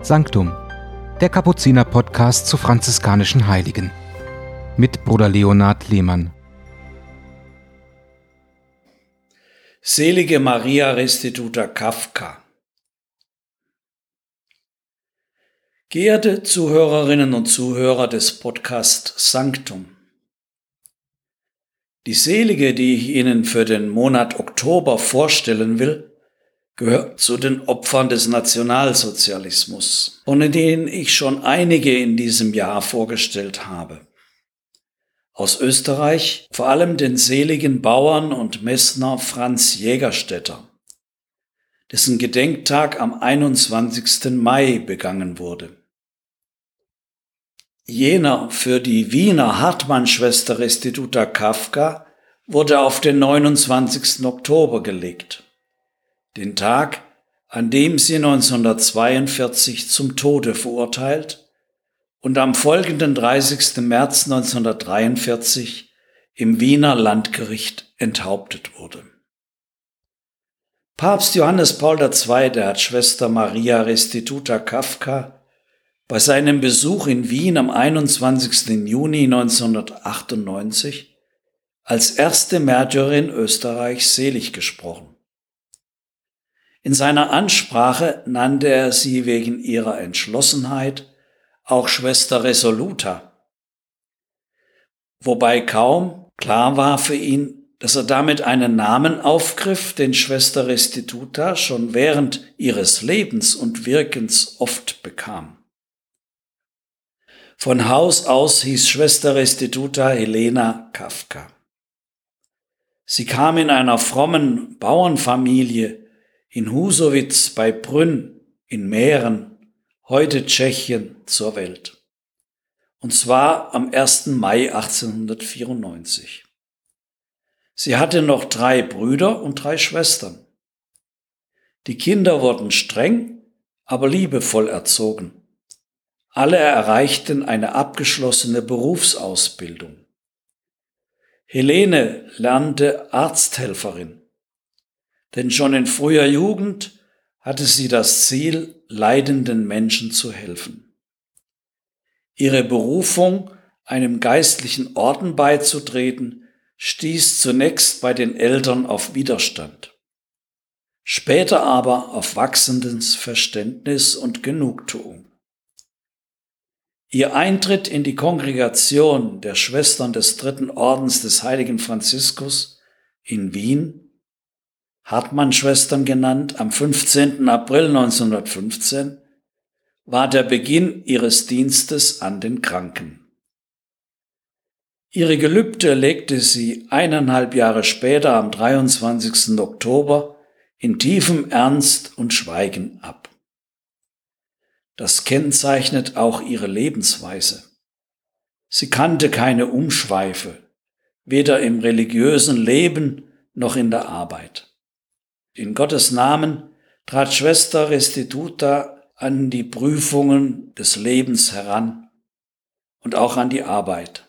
Sanctum, der Kapuziner-Podcast zu franziskanischen Heiligen. Mit Bruder Leonhard Lehmann. Selige Maria Restituta Kafka. Geehrte Zuhörerinnen und Zuhörer des Podcasts Sanctum. Die Selige, die ich Ihnen für den Monat Oktober vorstellen will, gehört zu den Opfern des Nationalsozialismus, von denen ich schon einige in diesem Jahr vorgestellt habe. Aus Österreich vor allem den seligen Bauern und Messner Franz Jägerstätter, dessen Gedenktag am 21. Mai begangen wurde. Jener für die Wiener Hartmann-Schwester Restituta Kafka wurde auf den 29. Oktober gelegt, den Tag, an dem sie 1942 zum Tode verurteilt und am folgenden 30. März 1943 im Wiener Landgericht enthauptet wurde. Papst Johannes Paul II. Hat Schwester Maria Restituta Kafka bei seinem Besuch in Wien am 21. Juni 1998 als erste Märtyrerin Österreichs selig gesprochen. In seiner Ansprache nannte er sie wegen ihrer Entschlossenheit auch Schwester Resoluta, wobei kaum klar war für ihn, dass er damit einen Namen aufgriff, den Schwester Restituta schon während ihres Lebens und Wirkens oft bekam. Von Haus aus hieß Schwester Restituta Helena Kafka. Sie kam in einer frommen Bauernfamilie in Husowitz bei Brünn in Mähren, heute Tschechien, zur Welt. Und zwar am 1. Mai 1894. Sie hatte noch 3 Brüder und 3 Schwestern. Die Kinder wurden streng, aber liebevoll erzogen. Alle erreichten eine abgeschlossene Berufsausbildung. Helene lernte Arzthelferin, denn schon in früher Jugend hatte sie das Ziel, leidenden Menschen zu helfen. Ihre Berufung, einem geistlichen Orden beizutreten, stieß zunächst bei den Eltern auf Widerstand, später aber auf wachsendes Verständnis und Genugtuung. Ihr Eintritt in die Kongregation der Schwestern des 3. Ordens des heiligen Franziskus in Wien, Hartmann-Schwestern genannt, am 15. April 1915, war der Beginn ihres Dienstes an den Kranken. Ihre Gelübde legte sie 1,5 Jahre später am 23. Oktober in tiefem Ernst und Schweigen ab. Das kennzeichnet auch ihre Lebensweise. Sie kannte keine Umschweife, weder im religiösen Leben noch in der Arbeit. In Gottes Namen trat Schwester Restituta an die Prüfungen des Lebens heran und auch an die Arbeit.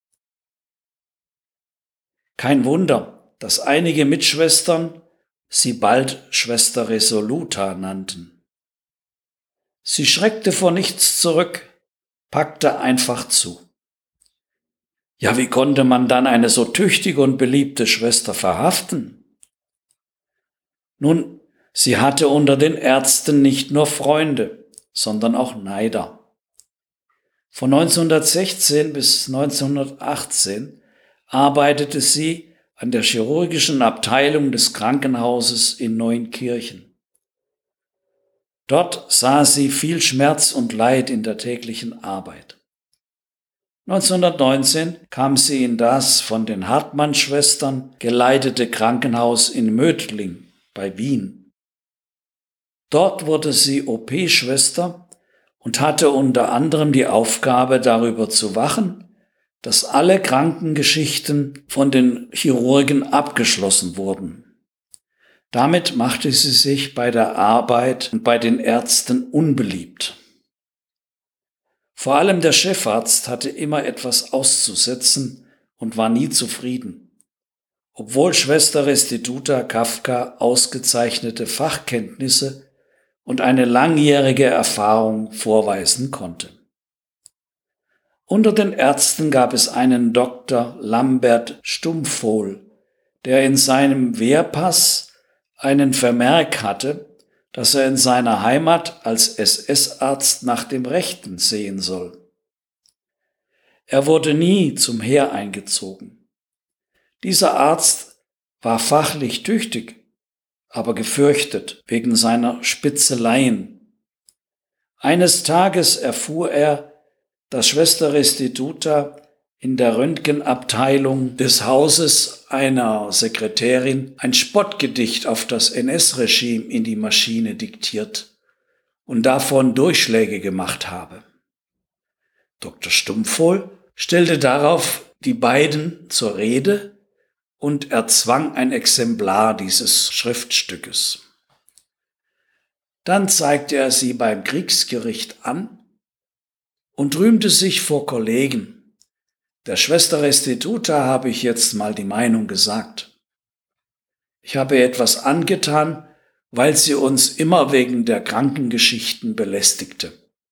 Kein Wunder, dass einige Mitschwestern sie bald Schwester Resoluta nannten. Sie schreckte vor nichts zurück, packte einfach zu. Ja, wie konnte man dann eine so tüchtige und beliebte Schwester verhaften? Nun, sie hatte unter den Ärzten nicht nur Freunde, sondern auch Neider. Von 1916 bis 1918 arbeitete sie an der chirurgischen Abteilung des Krankenhauses in Neunkirchen. Dort sah sie viel Schmerz und Leid in der täglichen Arbeit. 1919 kam sie in das von den Hartmann-Schwestern geleitete Krankenhaus in Mödling bei Wien. Dort wurde sie OP-Schwester und hatte unter anderem die Aufgabe, darüber zu wachen, dass alle Krankengeschichten von den Chirurgen abgeschlossen wurden. Damit machte sie sich bei der Arbeit und bei den Ärzten unbeliebt. Vor allem der Chefarzt hatte immer etwas auszusetzen und war nie zufrieden, obwohl Schwester Restituta Kafka ausgezeichnete Fachkenntnisse und eine langjährige Erfahrung vorweisen konnte. Unter den Ärzten gab es einen Dr. Lambert Stumpfohl, der in seinem Wehrpass einen Vermerk hatte, dass er in seiner Heimat als SS-Arzt nach dem Rechten sehen soll. Er wurde nie zum Heer eingezogen. Dieser Arzt war fachlich tüchtig, aber gefürchtet wegen seiner Spitzeleien. Eines Tages erfuhr er, dass Schwester Restituta in der Röntgenabteilung des Hauses einer Sekretärin ein Spottgedicht auf das NS-Regime in die Maschine diktiert und davon Durchschläge gemacht habe. Dr. Stumpfohl stellte darauf die beiden zur Rede und erzwang ein Exemplar dieses Schriftstückes. Dann zeigte er sie beim Kriegsgericht an und rühmte sich vor Kollegen. Der Schwester Restituta habe ich jetzt mal die Meinung gesagt. Ich habe ihr etwas angetan, weil sie uns immer wegen der Krankengeschichten belästigte.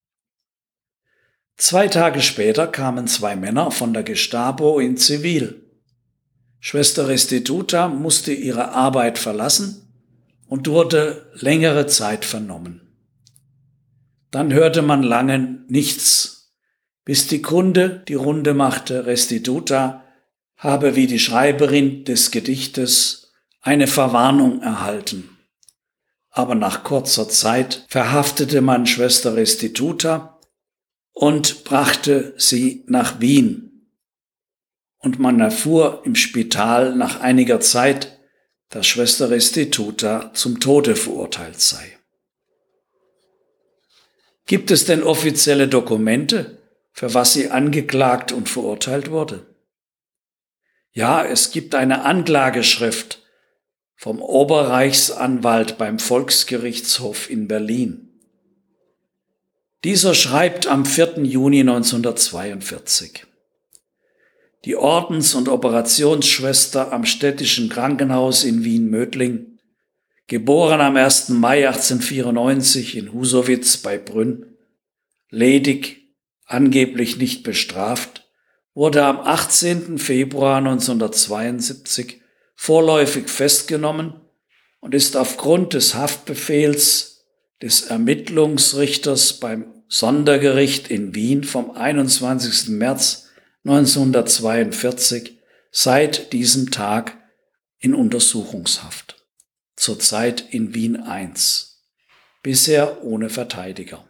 2 Tage später kamen 2 Männer von der Gestapo in Zivil. Schwester Restituta musste ihre Arbeit verlassen und wurde längere Zeit vernommen. Dann hörte man lange nichts, bis die Kunde die Runde machte, Restituta habe wie die Schreiberin des Gedichtes eine Verwarnung erhalten. Aber nach kurzer Zeit verhaftete man Schwester Restituta und brachte sie nach Wien. Und man erfuhr im Spital nach einiger Zeit, dass Schwester Restituta zum Tode verurteilt sei. Gibt es denn offizielle Dokumente, für was sie angeklagt und verurteilt wurde? Ja, es gibt eine Anklageschrift vom Oberreichsanwalt beim Volksgerichtshof in Berlin. Dieser schreibt am 4. Juni 1942. Die Ordens- und Operationsschwester am Städtischen Krankenhaus in Wien-Mödling, geboren am 1. Mai 1894 in Husowitz bei Brünn, ledig, angeblich nicht bestraft, wurde am 18. Februar 1972 vorläufig festgenommen und ist aufgrund des Haftbefehls des Ermittlungsrichters beim Sondergericht in Wien vom 21. März 1942 seit diesem Tag in Untersuchungshaft. Zurzeit in Wien I, bisher ohne Verteidiger.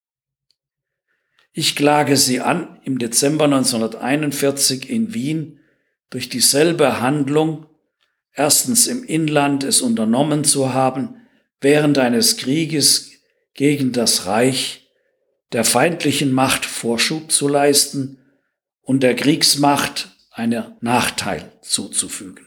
Ich klage sie an, im Dezember 1941 in Wien durch dieselbe Handlung, erstens im Inland es unternommen zu haben, während eines Krieges gegen das Reich der feindlichen Macht Vorschub zu leisten und der Kriegsmacht einen Nachteil zuzufügen.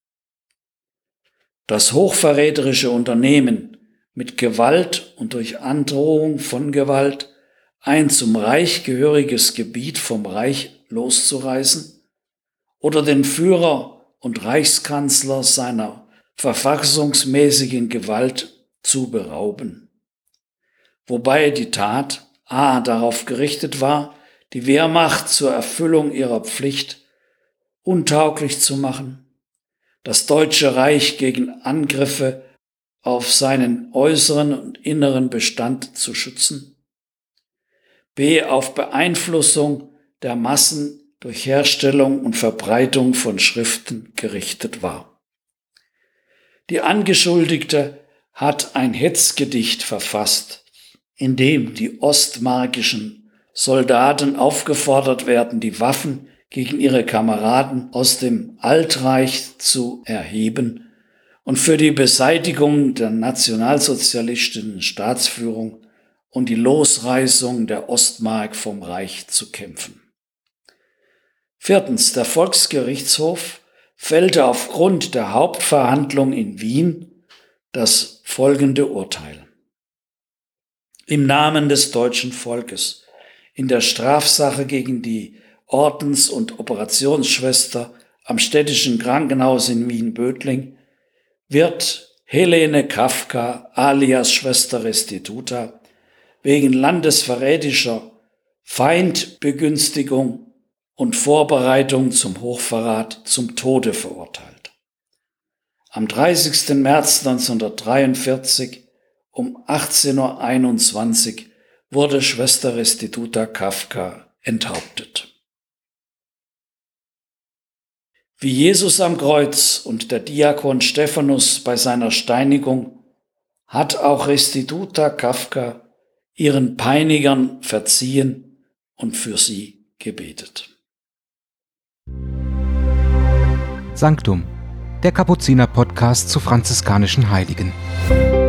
Das hochverräterische Unternehmen, mit Gewalt und durch Androhung von Gewalt ein zum Reich gehöriges Gebiet vom Reich loszureißen oder den Führer und Reichskanzler seiner verfassungsmäßigen Gewalt zu berauben. Wobei die Tat a. darauf gerichtet war, die Wehrmacht zur Erfüllung ihrer Pflicht untauglich zu machen, das Deutsche Reich gegen Angriffe auf seinen äußeren und inneren Bestand zu schützen, b. auf Beeinflussung der Massen durch Herstellung und Verbreitung von Schriften gerichtet war. Die Angeschuldigte hat ein Hetzgedicht verfasst, in dem die ostmarkischen Soldaten aufgefordert werden, die Waffen gegen ihre Kameraden aus dem Altreich zu erheben und für die Beseitigung der nationalsozialistischen Staatsführung und die Losreißung der Ostmark vom Reich zu kämpfen. 4. Der Volksgerichtshof fällte aufgrund der Hauptverhandlung in Wien das folgende Urteil. Im Namen des deutschen Volkes in der Strafsache gegen die Ordens- und Operationsschwester am Städtischen Krankenhaus in Wien-Bödling wird Helene Kafka alias Schwester Restituta wegen landesverrätischer Feindbegünstigung und Vorbereitung zum Hochverrat zum Tode verurteilt. Am 30. März 1943 um 18:21 Uhr wurde Schwester Restituta Kafka enthauptet. Wie Jesus am Kreuz und der Diakon Stephanus bei seiner Steinigung hat auch Restituta Kafka ihren Peinigern verziehen und für sie gebetet. Sanctum, der Kapuziner-Podcast zu franziskanischen Heiligen.